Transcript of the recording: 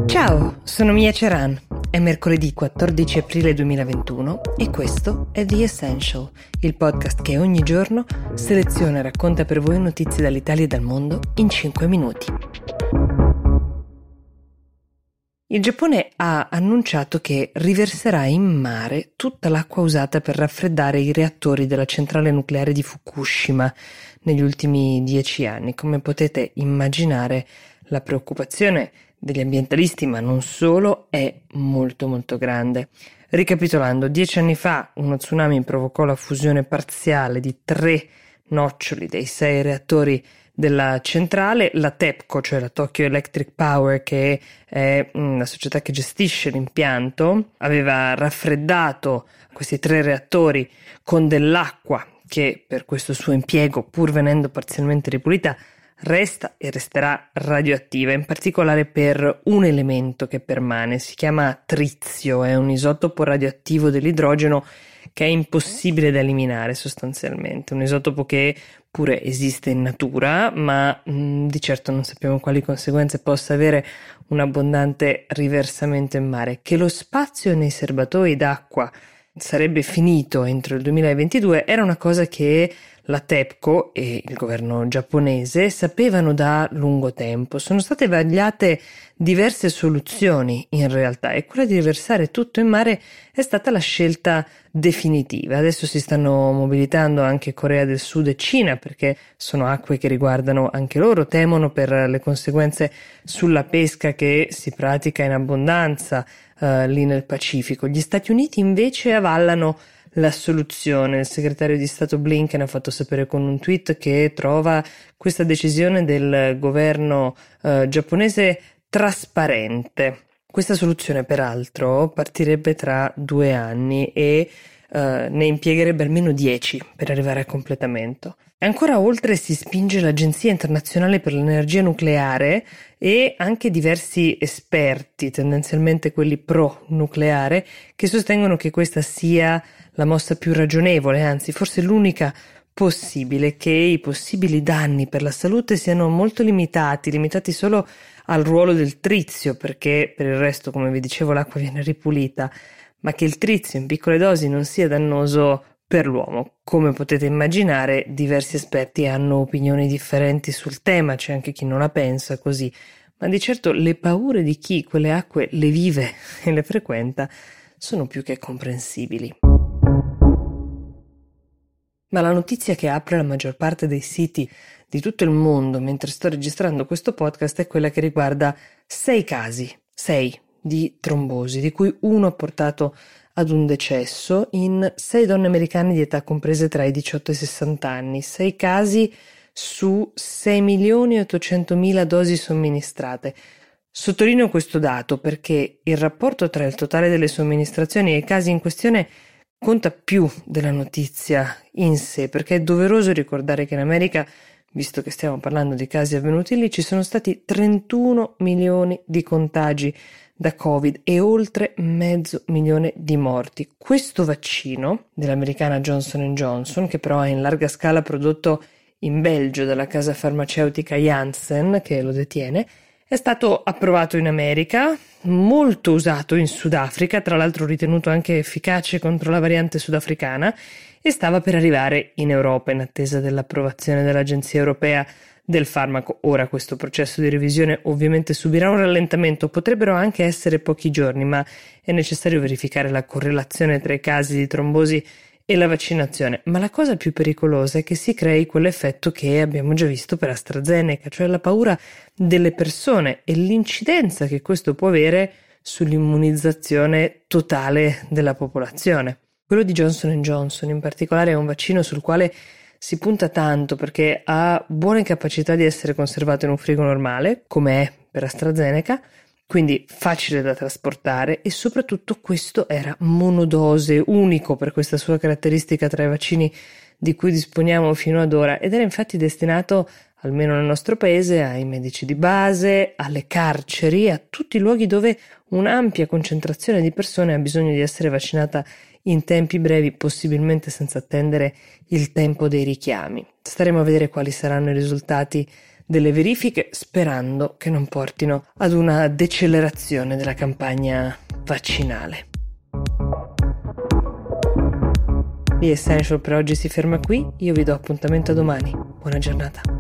Ciao, sono Mia Ceran. È mercoledì 14 aprile 2021 e questo è The Essential, il podcast che ogni giorno seleziona e racconta per voi notizie dall'Italia e dal mondo in 5 minuti. Il Giappone ha annunciato che riverserà in mare tutta l'acqua usata per raffreddare i reattori della centrale nucleare di Fukushima negli ultimi 10 anni. Come potete immaginare, la preoccupazione degli ambientalisti, ma non solo, è molto grande. Ricapitolando, 10 anni fa uno tsunami provocò la fusione parziale di 3 noccioli dei 6 reattori della centrale. La TEPCO, cioè la Tokyo Electric Power, che è la società che gestisce l'impianto, aveva raffreddato questi 3 reattori con dell'acqua che, per questo suo impiego, pur venendo parzialmente ripulita, resta e resterà radioattiva, in particolare per un elemento che permane. Si chiama trizio, è un isotopo radioattivo dell'idrogeno che è impossibile da eliminare sostanzialmente, un isotopo che pure esiste in natura, ma di certo non sappiamo quali conseguenze possa avere un abbondante riversamento in mare. Che lo spazio nei serbatoi d'acqua sarebbe finito entro il 2022 era una cosa che la TEPCO e il governo giapponese sapevano da lungo tempo. Sono state vagliate diverse soluzioni in realtà e quella di riversare tutto in mare è stata la scelta definitiva. Adesso si stanno mobilitando anche Corea del Sud e Cina, perché sono acque che riguardano anche loro, temono per le conseguenze sulla pesca che si pratica in abbondanza lì nel Pacifico. Gli Stati Uniti invece avallano la soluzione. Il segretario di Stato Blinken ha fatto sapere con un tweet che trova questa decisione del governo giapponese trasparente. Questa soluzione, peraltro, partirebbe tra 2 anni e ne impiegherebbe almeno 10 per arrivare a completamento. E ancora oltre si spinge l'Agenzia Internazionale per l'Energia Nucleare e anche diversi esperti, tendenzialmente quelli pro nucleare, che sostengono che questa sia la mossa più ragionevole, anzi forse l'unica possibile, che i possibili danni per la salute siano molto limitati solo al ruolo del trizio, perché per il resto, come vi dicevo, l'acqua viene ripulita, ma che il trizio in piccole dosi non sia dannoso per l'uomo. Come potete immaginare, diversi esperti hanno opinioni differenti sul tema, c'è anche chi non la pensa così, ma di certo le paure di chi quelle acque le vive e le frequenta sono più che comprensibili. Ma la notizia che apre la maggior parte dei siti di tutto il mondo mentre sto registrando questo podcast è quella che riguarda 6 casi, 6 di trombosi, di cui uno ha portato ad un decesso in 6 donne americane di età comprese tra i 18 e i 60 anni, 6 casi su 6.800.000 dosi somministrate. Sottolineo questo dato perché il rapporto tra il totale delle somministrazioni e i casi in questione conta più della notizia in sé, perché è doveroso ricordare che in America, visto che stiamo parlando di casi avvenuti lì, ci sono stati 31 milioni di contagi da Covid e oltre 500.000 di morti. Questo vaccino dell'americana Johnson & Johnson, che però è in larga scala prodotto in Belgio dalla casa farmaceutica Janssen, che lo detiene, è stato approvato in America, molto usato in Sudafrica, tra l'altro ritenuto anche efficace contro la variante sudafricana, e stava per arrivare in Europa in attesa dell'approvazione dell'Agenzia Europea del Farmaco. Ora questo processo di revisione ovviamente subirà un rallentamento, potrebbero anche essere pochi giorni, ma è necessario verificare la correlazione tra i casi di trombosi e la vaccinazione. Ma la cosa più pericolosa è che si crei quell'effetto che abbiamo già visto per AstraZeneca, cioè la paura delle persone e l'incidenza che questo può avere sull'immunizzazione totale della popolazione. Quello di Johnson & Johnson in particolare è un vaccino sul quale si punta tanto perché ha buone capacità di essere conservato in un frigo normale, come è per AstraZeneca, quindi facile da trasportare, e soprattutto questo era monodose, unico per questa sua caratteristica tra i vaccini di cui disponiamo fino ad ora, ed era infatti destinato, almeno nel nostro paese, ai medici di base, alle carceri, a tutti i luoghi dove un'ampia concentrazione di persone ha bisogno di essere vaccinata in tempi brevi, possibilmente senza attendere il tempo dei richiami. Staremo a vedere quali saranno i risultati delle verifiche, sperando che non portino ad una decelerazione della campagna vaccinale. The Essential per oggi si ferma qui, io vi do appuntamento a domani. Buona giornata.